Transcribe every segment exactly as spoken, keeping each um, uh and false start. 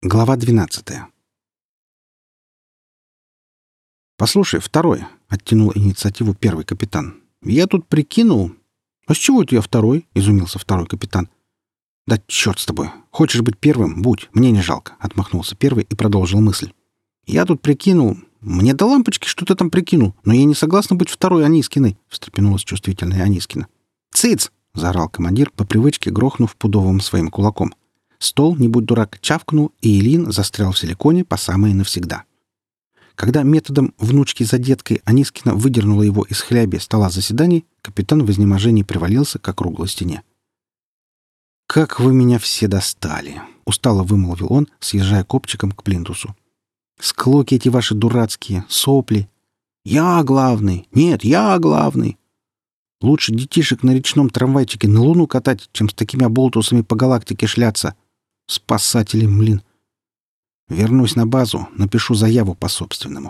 Глава двенадцатая. «Послушай, второй», — оттянул инициативу первый капитан. «Я тут прикинул...» «А с чего это я второй?» — изумился второй капитан. «Да черт с тобой! Хочешь быть первым? Будь, мне не жалко», — отмахнулся первый и продолжил мысль. «Я тут прикинул... Мне до лампочки, что ты там прикинул, но я не согласна быть второй Анискиной», — встрепенулась чувствительная Анискина. «Цыц!» — заорал командир, по привычке грохнув пудовым своим кулаком. Стол, не будь дурак, чавкнул, и Ильин застрял в силиконе по самое навсегда. Когда методом внучки за деткой Анискина выдернула его из хляби стола заседаний, капитан в изнеможении привалился к округлой стене. «Как вы меня все достали!» — устало вымолвил он, съезжая копчиком к плинтусу. «Склоки эти ваши дурацкие, сопли! Я главный! Нет, я главный! Лучше детишек на речном трамвайчике на Луну катать, чем с такими оболтусами по галактике шляться! Спасатели, млин! Вернусь на базу, напишу заяву по собственному».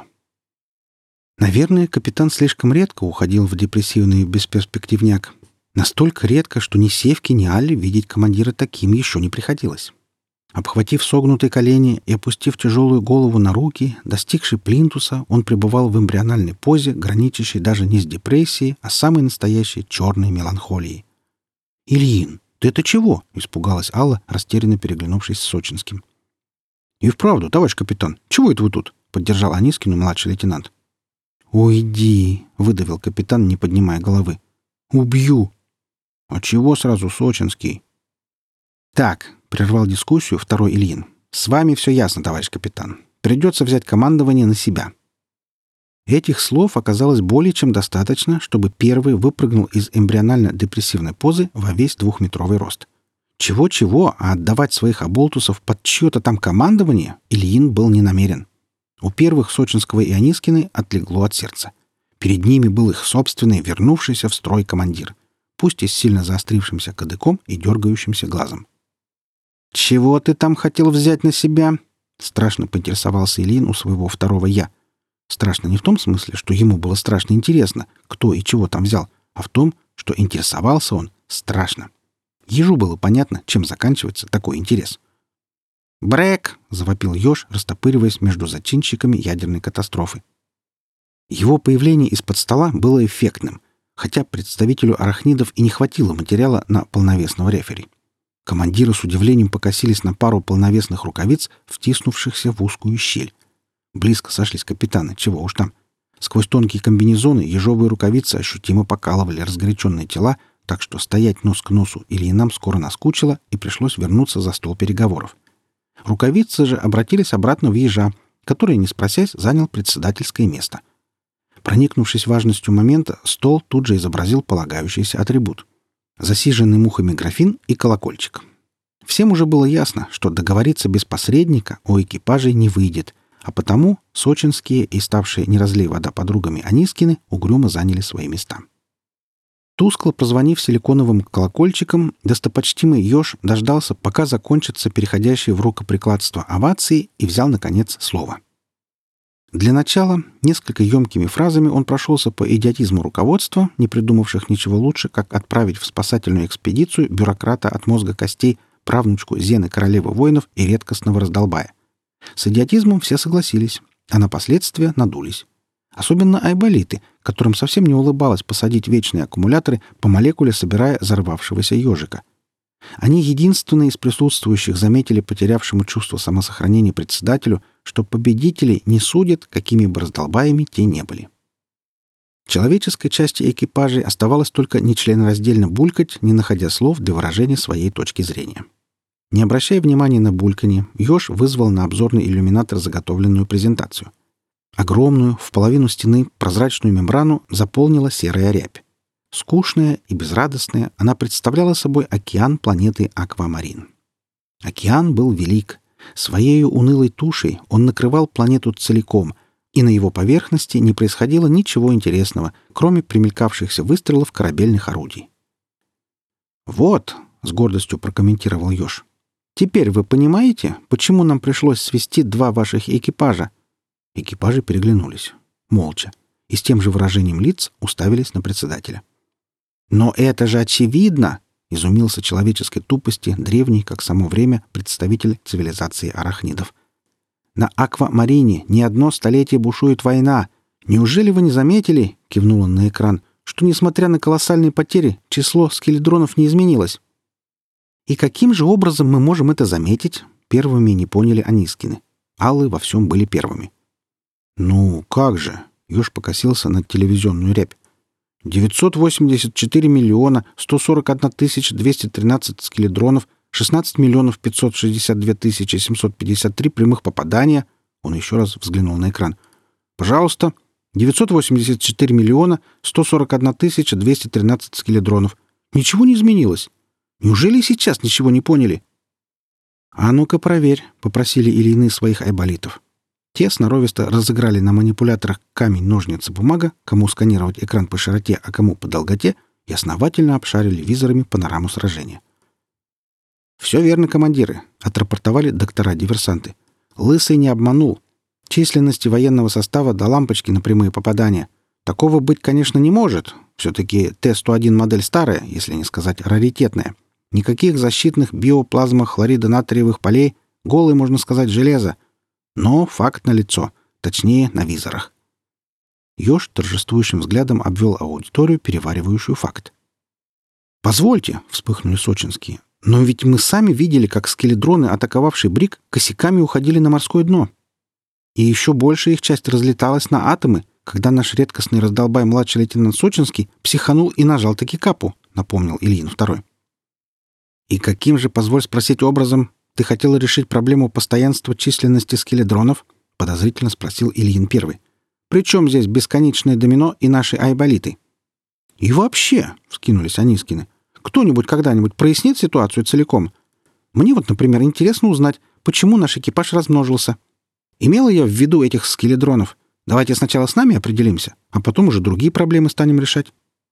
Наверное, капитан слишком редко уходил в депрессивный бесперспективняк. Настолько редко, что ни Севке, ни Алле видеть командира таким еще не приходилось. Обхватив согнутые колени и опустив тяжелую голову на руки, достигший плинтуса, он пребывал в эмбриональной позе, граничащей даже не с депрессией, а с самой настоящей черной меланхолией. «Ильин, ты это чего?» — испугалась Алла, растерянно переглянувшись с Сочинским. «И вправду, товарищ капитан, чего это вы тут?» — поддержал Анискину младший лейтенант. «Уйди!» — выдавил капитан, не поднимая головы. «Убью!» «А чего сразу Сочинский?» «Так», — прервал дискуссию второй Ильин. «С вами все ясно, товарищ капитан. Придется взять командование на себя». Этих слов оказалось более чем достаточно, чтобы первый выпрыгнул из эмбрионально-депрессивной позы во весь двухметровый рост. Чего-чего, а отдавать своих оболтусов под чье-то там командование Ильин был не намерен. У первых Сочинского и Анискины отлегло от сердца. Перед ними был их собственный, вернувшийся в строй командир, пусть и с сильно заострившимся кадыком и дергающимся глазом. «Чего ты там хотел взять на себя?» — страшно поинтересовался Ильин у своего второго «я». Страшно не в том смысле, что ему было страшно интересно, кто и чего там взял, а в том, что интересовался он страшно. Ежу было понятно, чем заканчивается такой интерес. «Брэк!» — завопил еж, растопыриваясь между зачинщиками ядерной катастрофы. Его появление из-под стола было эффектным, хотя представителю арахнидов и не хватило материала на полновесного рефери. Командиры с удивлением покосились на пару полновесных рукавиц, втиснувшихся в узкую щель. Близко сошлись капитаны, чего уж там. Сквозь тонкие комбинезоны ежовые рукавицы ощутимо покалывали разгоряченные тела, так что стоять нос к носу Ильинам скоро наскучило, и пришлось вернуться за стол переговоров. Рукавицы же обратились обратно в ежа, который, не спросясь, занял председательское место. Проникнувшись важностью момента, стол тут же изобразил полагающийся атрибут. Засиженный мухами графин и колокольчик. Всем уже было ясно, что договориться без посредника у экипажей не выйдет, а потому сочинские и ставшие не разлей вода подругами Анискины угрюмо заняли свои места. Тускло прозвонив силиконовым колокольчиком, достопочтимый еж дождался, пока закончатся переходящие в рукоприкладство овации, и взял, наконец, слово. Для начала несколько емкими фразами он прошелся по идиотизму руководства, не придумавших ничего лучше, как отправить в спасательную экспедицию бюрократа от мозга костей, правнучку Зены королевы воинов и редкостного раздолбая. С идиотизмом все согласились, а на последствия надулись. Особенно айболиты, которым совсем не улыбалось посадить вечные аккумуляторы, по молекуле собирая взорвавшегося ежика. Они единственные из присутствующих заметили потерявшему чувство самосохранения председателю, что победителей не судят, какими бы раздолбаями те не были. Человеческой части экипажей оставалось только нечленораздельно булькать, не находя слов для выражения своей точки зрения. Не обращая внимания на бульканье, еж вызвал на обзорный иллюминатор заготовленную презентацию. Огромную, в половину стены, прозрачную мембрану заполнила серая рябь. Скучная и безрадостная, она представляла собой океан планеты Аквамарин. Океан был велик. Своею унылой тушей он накрывал планету целиком, и на его поверхности не происходило ничего интересного, кроме примелькавшихся выстрелов корабельных орудий. «Вот», — с гордостью прокомментировал еж, — «теперь вы понимаете, почему нам пришлось свести два ваших экипажа?» Экипажи переглянулись. Молча. И с тем же выражением лиц уставились на председателя. «Но это же очевидно!» — изумился человеческой тупости древний, как само время, представитель цивилизации арахнидов. «На Аквамарине не одно столетие бушует война. Неужели вы не заметили, — кивнул он на экран, — что, несмотря на колоссальные потери, число скеледронов не изменилось?» «И каким же образом мы можем это заметить?» — первыми не поняли Анискины. Аллы во всем были первыми. «Ну, как же?» — Ёж покосился на телевизионную рябь. девятьсот восемьдесят четыре миллиона сто сорок одна тысяча двести тринадцать скеледронов, шестнадцать миллионов пятьсот шестьдесят две тысячи семьсот пятьдесят три прямых попадания. Он еще раз взглянул на экран. Пожалуйста, девятьсот восемьдесят четыре миллиона сто сорок одна тысяча двести тринадцать скеледронов. Ничего не изменилось. Неужели и сейчас ничего не поняли? «А ну-ка проверь», — попросили Ильины своих айболитов. Те сноровисто разыграли на манипуляторах камень, ножницы, бумага, кому сканировать экран по широте, а кому по долготе, и основательно обшарили визорами панораму сражения. «Все верно, командиры», — отрапортовали доктора-диверсанты. «Лысый не обманул. Численности военного состава до лампочки на прямые попадания. Такого быть, конечно, не может. Все-таки Т сто один модель старая, если не сказать раритетная. Никаких защитных биоплазма хлорида-натриевых полей, голый, можно сказать, железо. Но факт налицо, точнее, на визорах». Ёж торжествующим взглядом обвел аудиторию, переваривающую факт. «Позвольте», — вспыхнули сочинские, «но ведь мы сами видели, как скеледроны, атаковавшие Брик, косяками уходили на морское дно. И еще больше их часть разлеталась на атомы, когда наш редкостный раздолбай младший лейтенант Сочинский психанул и нажал таки капу», — напомнил Ильин второй. «И каким же, позволь спросить, образом ты хотел решить проблему постоянства численности скеледронов?» — подозрительно спросил Ильин первый. «При чем здесь бесконечное домино и наши айболиты?» «И вообще», — вскинулись Анискины, — «кто-нибудь когда-нибудь прояснит ситуацию целиком? Мне вот, например, интересно узнать, почему наш экипаж размножился. Имела я в виду этих скеледронов. Давайте сначала с нами определимся, а потом уже другие проблемы станем решать».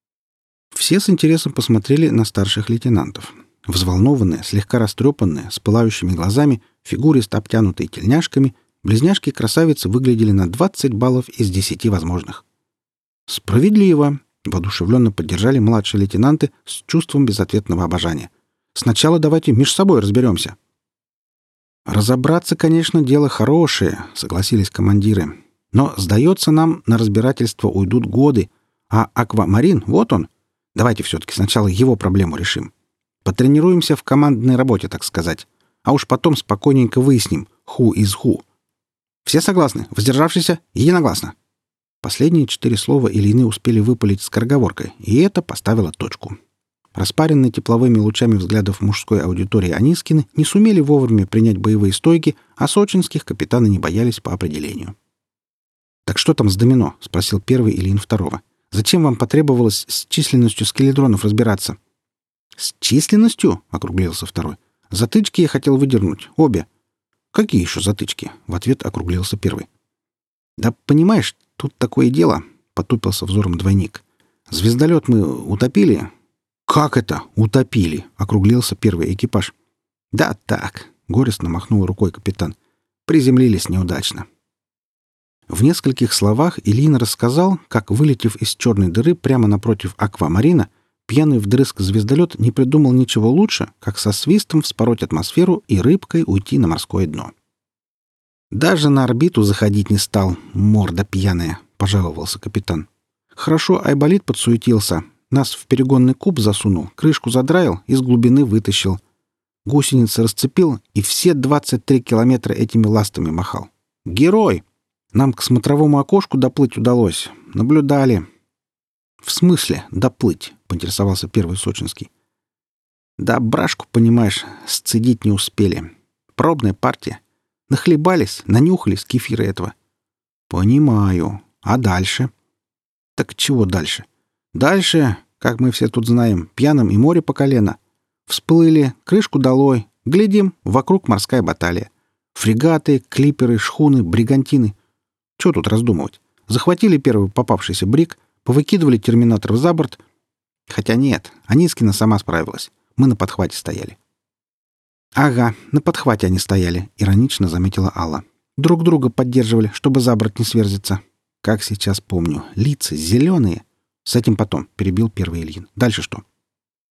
Все с интересом посмотрели на старших лейтенантов. Взволнованные, слегка растрепанные, с пылающими глазами, фигуристо обтянутые тельняшками, близняшки-красавицы выглядели на двадцать баллов из десяти возможных. «Справедливо!» — воодушевленно поддержали младшие лейтенанты с чувством безответного обожания. «Сначала давайте между собой разберемся». «Разобраться, конечно, дело хорошее», — согласились командиры. «Но, сдается нам, на разбирательство уйдут годы. А Аквамарин, вот он. Давайте все-таки сначала его проблему решим. Потренируемся в командной работе, так сказать. А уж потом спокойненько выясним, who is who. Все согласны? Воздержавшиеся? Единогласно». Последние четыре слова Ильины успели выпалить скороговоркой, и это поставило точку. Распаренные тепловыми лучами взглядов мужской аудитории Анискины не сумели вовремя принять боевые стойки, а сочинских капитаны не боялись по определению. «Так что там с домино?» — спросил первый Ильин второго. «Зачем вам потребовалось с численностью скеледронов разбираться?» «С численностью?» — округлился второй. «Затычки я хотел выдернуть. Обе». «Какие еще затычки?» — в ответ округлился первый. «Да понимаешь, тут такое дело», — потупился взором двойник. «Звездолет мы утопили». «Как это утопили?» — округлился первый экипаж. «Да так», — горестно махнул рукой капитан. «Приземлились неудачно». В нескольких словах Ильин рассказал, как, вылетев из черной дыры прямо напротив Аквамарина, пьяный вдрызг звездолет не придумал ничего лучше, как со свистом вспороть атмосферу и рыбкой уйти на морское дно. «Даже на орбиту заходить не стал, морда пьяная», — пожаловался капитан. «Хорошо айболит подсуетился, нас в перегонный куб засунул, крышку задраил, из глубины вытащил. Гусеницы расцепил и все двадцать три километра этими ластами махал. Герой! Нам к смотровому окошку доплыть удалось. Наблюдали». «В смысле доплыть?» — поинтересовался первый сочинский. «Да брашку, понимаешь, сцедить не успели. Пробная партия. Нахлебались, нанюхались кефира этого». «Понимаю. А дальше?» «Так чего дальше?» «Дальше, как мы все тут знаем, пьяным и море по колено. Всплыли, крышку долой. Глядим, вокруг морская баталия. Фрегаты, клиперы, шхуны, бригантины. Чего тут раздумывать? Захватили первый попавшийся брик, повыкидывали терминаторов за борт. Хотя нет, Анискина сама справилась. Мы на подхвате стояли». «Ага, на подхвате они стояли», — иронично заметила Алла. «Друг друга поддерживали, чтобы за борт не сверзиться. Как сейчас помню, лица зеленые». «С этим потом», — перебил первый Ильин. «Дальше что?»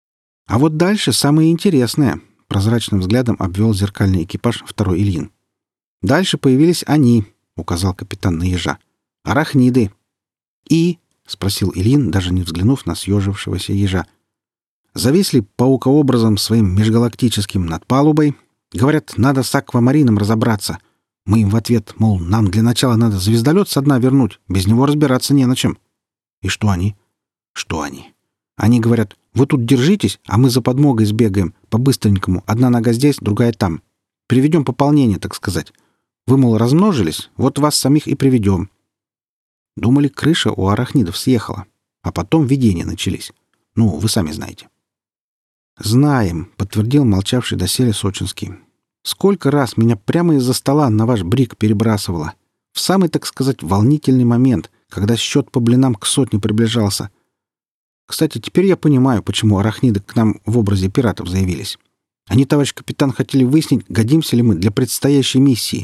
А вот дальше самое интересное. Прозрачным взглядом обвел зеркальный экипаж второй Ильин. Дальше появились они, указал капитан на ежа. Арахниды. И... — спросил Ильин, даже не взглянув на съежившегося ежа. Зависли паукообразом своим межгалактическим над палубой. Говорят, надо с аквамарином разобраться. Мы им в ответ, мол, нам для начала надо звездолет со дна вернуть, без него разбираться не на чем. И что они? Что они? Они говорят, вы тут держитесь, а мы за подмогой сбегаем, по-быстренькому, одна нога здесь, другая там. Приведем пополнение, так сказать. Вы, мол, размножились, вот вас самих и приведем. Думали, крыша у арахнидов съехала, а потом видения начались. Ну, вы сами знаете. «Знаем», — подтвердил молчавший доселе Сочинский. «Сколько раз меня прямо из-за стола на ваш брик перебрасывало. В самый, так сказать, волнительный момент, когда счет по блинам к сотне приближался. Кстати, теперь я понимаю, почему арахниды к нам в образе пиратов заявились. Они, товарищ капитан, хотели выяснить, годимся ли мы для предстоящей миссии».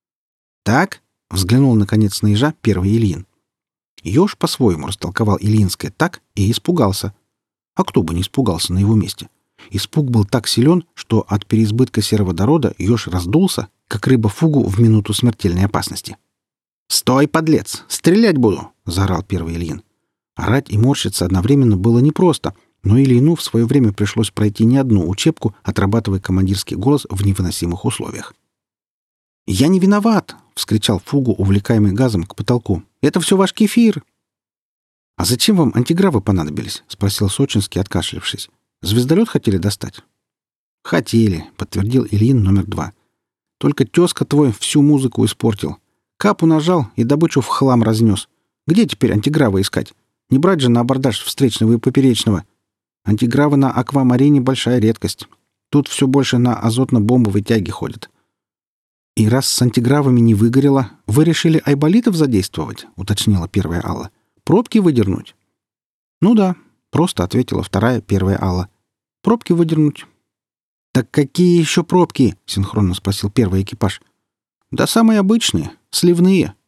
«Так?» — взглянул, наконец, на ежа первый Ильин. Еж по-своему растолковал Ильинское так и испугался. А кто бы не испугался на его месте? Испуг был так силен, что от переизбытка сероводорода еж раздулся, как рыба фугу в минуту смертельной опасности. «Стой, подлец! Стрелять буду!» — заорал первый Ильин. Орать и морщиться одновременно было непросто, но Ильину в свое время пришлось пройти не одну учебку, отрабатывая командирский голос в невыносимых условиях. «Я не виноват!» — вскричал фугу, увлекаемый газом, к потолку. «Это все ваш кефир!» «А зачем вам антигравы понадобились?» — спросил Сочинский, откашлявшись. «Звездолет хотели достать?» «Хотели», — подтвердил Ильин номер два. «Только тезка твой всю музыку испортил. Капу нажал и добычу в хлам разнес. Где теперь антигравы искать? Не брать же на абордаж встречного и поперечного. Антигравы на аквамарине — большая редкость. Тут все больше на азотно-бомбовой тяге ходят». «И раз с антигравами не выгорело, вы решили айболитов задействовать?» — уточнила первая Алла. «Пробки выдернуть?» «Ну да», — просто ответила вторая, первая Алла. «Пробки выдернуть». «Так какие еще пробки?» — синхронно спросил первый экипаж. «Да самые обычные, сливные.